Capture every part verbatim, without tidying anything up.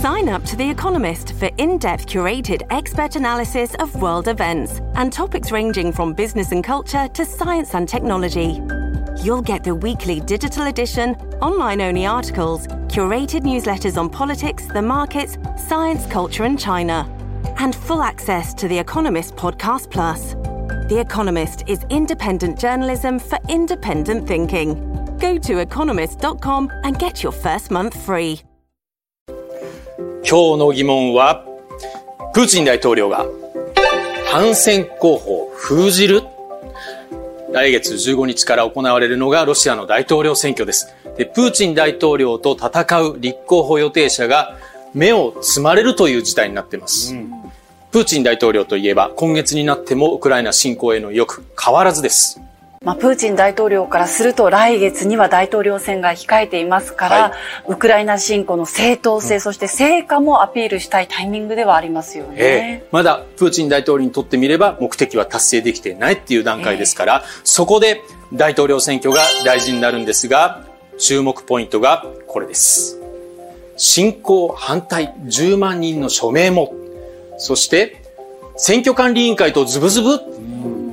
Sign up to The Economist for in-depth curated expert analysis of world events and topics ranging from business and culture to science and technology. You'll get the weekly digital edition, online-only articles, curated newsletters on politics, the markets, science, culture and China, and full access to The Economist Podcast Plus. The Economist is independent journalism for independent thinking. Go to economist dot com and get your first month free. 今日の疑問は、プーチン大統領が反戦候補を封じる？来月じゅうごにちから行われるのがロシアの大統領選挙です。で、プーチン大統領と戦う立候補予定者が目をつまれるという事態になっています。うん、プーチン大統領といえば今月になってもウクライナ侵攻への意欲変わらずです。 まあ、プーチン大統領からすると来月には大統領選が控えていますから、はい、ウクライナ侵攻の正当性、うん、そして成果もアピールしたいタイミングではありますよね。 えー、まだプーチン大統領にとってみれば目的は達成できていないっていう段階ですから、えー、そこで大統領選挙が大事になるんですが、注目ポイントがこれです。侵攻反対じゅうまんにんの署名も、そして選挙管理委員会とズブズブ、うん、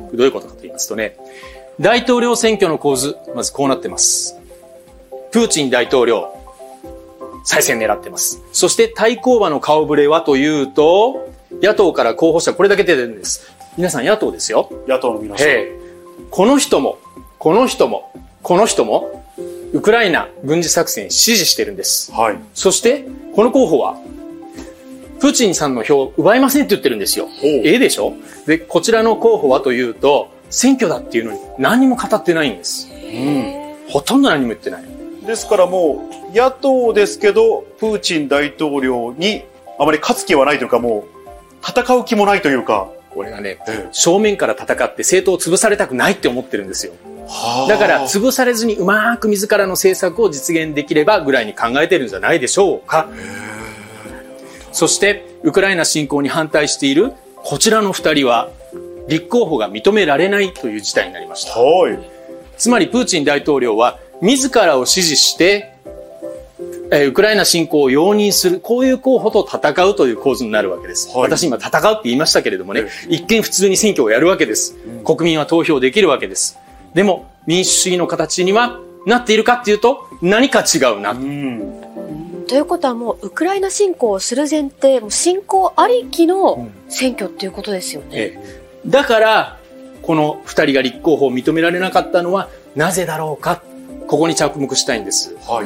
どういうことかと言いますとね、大統領選挙の構図、まずこうなってます。プーチン大統領、再選狙ってます。そして対抗馬の顔ぶれはというと、野党から候補者これだけ出てるんです。皆さん野党ですよ。 野党の皆さん。 この人も、この人も、この人も、ウクライナ軍事作戦支持してるんです。はい。そして、この候補は、プーチンさんの票を奪いませんって言ってるんですよ。ええでしょ？で、こちらの候補はというと、選挙だっていうのに何も語ってないんです。うん。ほとんど何も言ってない。 ですからもう、野党ですけど、プーチン大統領にあまり勝つ気はないというか、もう、戦う気もないというか。 これがね、ええ、正面から戦って政党を潰されたくないって思ってるんですよ。だから、潰されずにうまく自らの政策を実現できればぐらいに考えてるんじゃないでしょうか。そして、ウクライナ侵攻に反対しているこちらの二人は、立候補が認められないという事態になりました。はい。つまりプーチン大統領は自らを支持して、えー、ウクライナ侵攻を容認する、こういう候補と戦うという構図になるわけです。はい、私今戦うって言いましたけれどもね、一見普通に選挙をやるわけです。うん、国民は投票できるわけです。でも民主主義の形にはなっているかっていうと何か違うな。うんということはもうウクライナ侵攻をする前提、もう侵攻ありきの選挙っていうことですよね。うんええだから、この二人が立候補を認められなかったのはなぜだろうか。ここに着目したいんです。はい。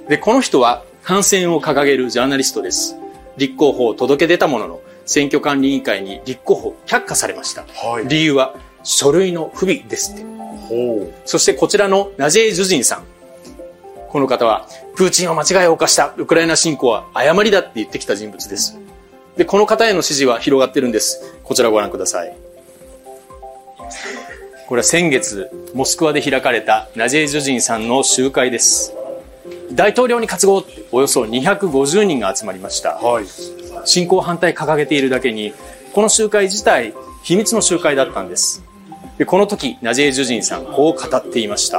で、この人は反戦を掲げるジャーナリストです。立候補を届け出たものの、選挙管理委員会に立候補却下されました。はい。理由は書類の不備ですって。ほう。そしてこちらのナジェー・ジュジンさん。この方は、プーチンは間違いを犯した。ウクライナ侵攻は誤りだって言ってきた人物です。で、この方への支持は広がってるんです。こちらをご覧ください。これは先月モスクワで開かれたナジェー・ジュジンさんの集会です。大統領に担ごうっておよそにひゃくごじゅうにんが集まりました。はい、侵攻反対掲げているだけにこの集会自体秘密の集会だったんです。でこの時ナジェー・ジュジンさんこう語っていました。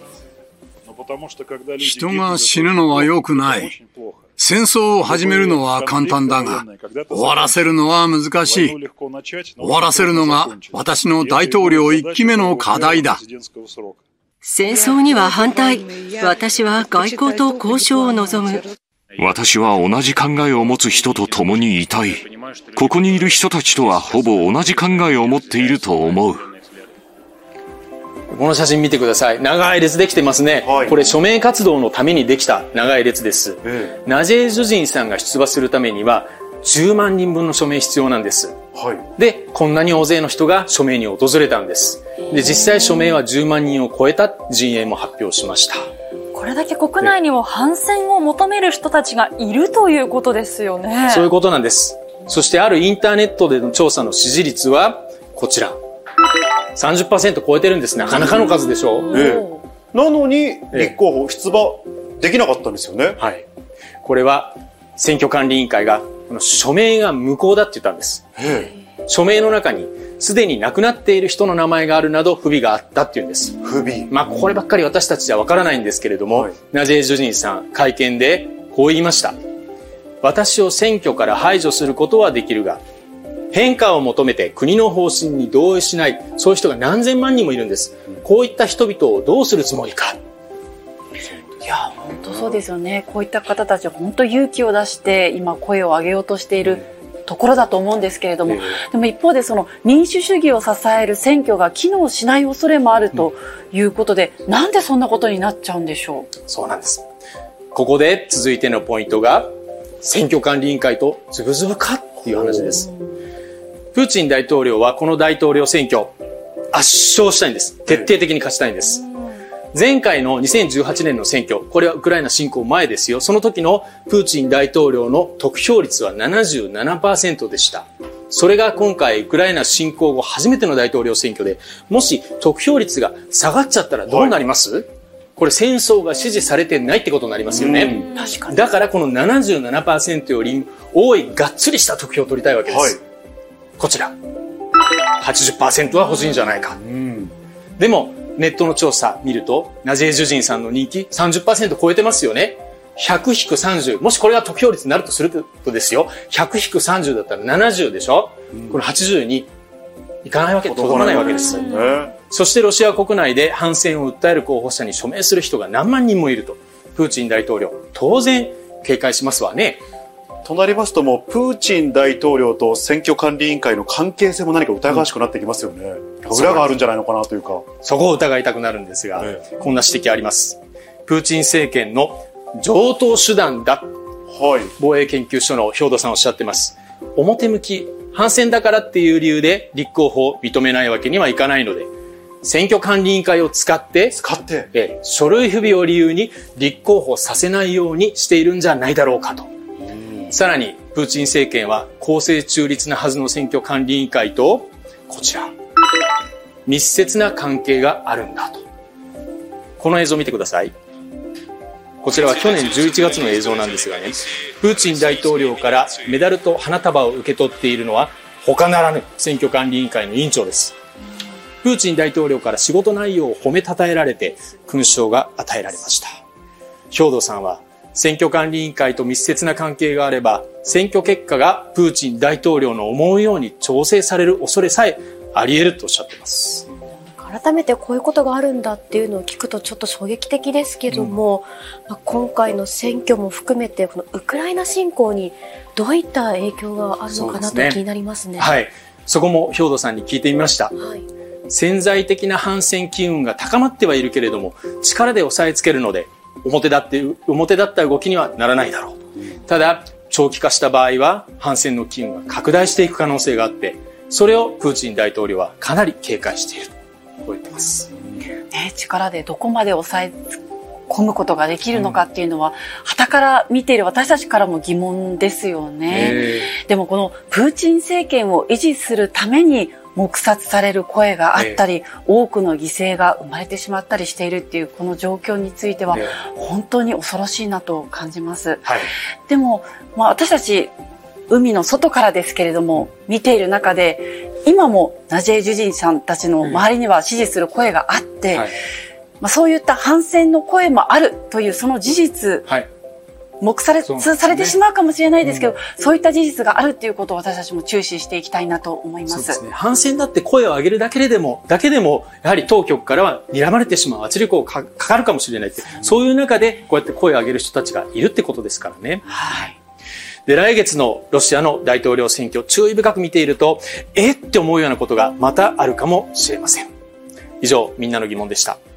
人が死ぬのは良くない。戦争を始めるのは簡単だが、終わらせるのは難しい。終わらせるのが私の大統領一期目の課題だ。 戦争には反対。私は外交と交渉を望む。 私は同じ考えを持つ人と共にいたい。ここにいる人たちとはほぼ同じ考えを持っていると思う。 この写真見てください。長い列できてますね。はい、これ署名活動のためにできた長い列です。ええ、ナジェー・ジュジンさんが出馬するためにはじゅうまんにんぶんの署名必要なんです。はい、で、こんなに大勢の人が署名に訪れたんです。で、実際署名はじゅうまんにんを超えた陣営も発表しました。 これだけ国内にも反戦を求める人たちがいるということですよね。 そういうことなんです。そしてあるインターネットでの調査の支持率はこちら。さんじゅっパーセント 超えてるんです。なかなかの数でしょう。 ええ、なのに立候補、出馬できなかったんですよね。 はい。これは選挙管理委員会がこの署名が無効だって言ったんです。ええ、署名の中にすでに亡くなっている人の名前があるなど不備があったっていうんです。 不備。 まあこればっかり私たちじゃわからないんですけれども、はい、ナジェー・ジュジンさん会見でこう言いました。 私を選挙から排除することはできるが、変化を求めて国の方針に同意しない、そういう人が何千万人もいるんです。こういった人々をどうするつもりか。 いや、本当そうですよね。こういった方たちは本当勇気を出して今声を上げようとしているところだと思うんですけれども、でも一方でその民主主義を支える選挙が機能しない恐れもあるということで、うん、なんでそんなことになっちゃうんでしょう。 そうなんです。ここで続いてのポイントが、選挙管理委員会とズブズブかっていう話です。プーチン大統領はこの大統領選挙、圧勝したいんです。徹底的に勝ちたいんです。前回のにせんじゅうはちねんの選挙、これはウクライナ侵攻前ですよ。その時のプーチン大統領の得票率は ななじゅうななパーセント でした。それが今回ウクライナ侵攻後初めての大統領選挙で、もし得票率が下がっちゃったらどうなります？はい、これ戦争が支持されてないってことになりますよね。 確かに。 だからこの ななじゅうななパーセント より多いがっつりした得票を取りたいわけです。はい、こちら。はちじゅっパーセント は欲しいんじゃないか。うん、でも、ネットの調査見ると、ナジェージュジンさんの人気 さんじゅっパーセント 超えてますよね。ひゃくひくさんじゅう。もしこれが得票率になるとするとですよ。ひゃくひくさんじゅうだったらななじゅうでしょ、うん、これはちじゅうにいかないわけ、届かないわけです。ね、そしてロシア国内で反戦を訴える候補者に署名する人が何万人もいると。プーチン大統領、当然警戒しますわね。 となりますと、もうプーチン大統領と選挙管理委員会の関係性も何か疑わしくなってきますよね。うん、裏があるんじゃないのかなというか。 そこを疑いたくなるんですが、ええ、こんな指摘あります。プーチン政権の常套手段だ。はい。防衛研究所の兵頭さんおっしゃってます。表向き、反戦だからっていう理由で立候補を認めないわけにはいかないので、選挙管理委員会を使って、 使って、 ええ、書類不備を理由に立候補させないようにしているんじゃないだろうかと。さらに、プーチン政権は公正中立なはずの選挙管理委員会と、こちら、密接な関係があるんだと。この映像を見てください。こちらは去年じゅういちがつの映像なんですがね、プーチン大統領からメダルと花束を受け取っているのは、他ならぬ選挙管理委員会の委員長です。プーチン大統領から仕事内容を褒めたたえられて、勲章が与えられました。兵頭さんは、選挙管理委員会と密接な関係があれば、選挙結果がプーチン大統領の思うように調整される恐れさえあり得るとおっしゃっています。 改めてこういうことがあるんだっていうのを聞くとちょっと衝撃的ですけども、うんまあ、今回の選挙も含めてこのウクライナ侵攻にどういった影響があるのかなと気になりますね。 はい。そこも兵頭さんに聞いてみました。はい、潜在的な反戦機運が高まってはいるけれども、力で押さえつけるので、表立って、表立った動きにはならないだろう。ただ、長期化した場合は、反戦の機運が拡大していく可能性があって、それをプーチン大統領はかなり警戒していると言っています。 ね、力でどこまで抑え込むことができるのかっていうのは、傍から見ている私たちからも疑問ですよね。でもこのプーチン政権を維持するために、黙殺される声があったり、えー、多くの犠牲が生まれてしまったりしているっていうこの状況については、えー、本当に恐ろしいなと感じます。はい、でも、まあ、私たち海の外からですけれども見ている中で今もナジェージュジンさんたちの周りには支持する声があって、うんはいまあ、そういった反戦の声もあるというその事実、はい目され、ね、されてしまうかもしれないですけど、うん、そういった事実があるっていうことを私たちも注視していきたいなと思います。 そうですね。反戦だって声を上げるだけでも、だけでも、やはり当局からは睨まれてしまう圧力をかかるかもしれないって、うん、そういう中でこうやって声を上げる人たちがいるってことですからね。はい。で、来月のロシアの大統領選挙、注意深く見ていると、えって思うようなことがまたあるかもしれません。以上、みんなの疑問でした。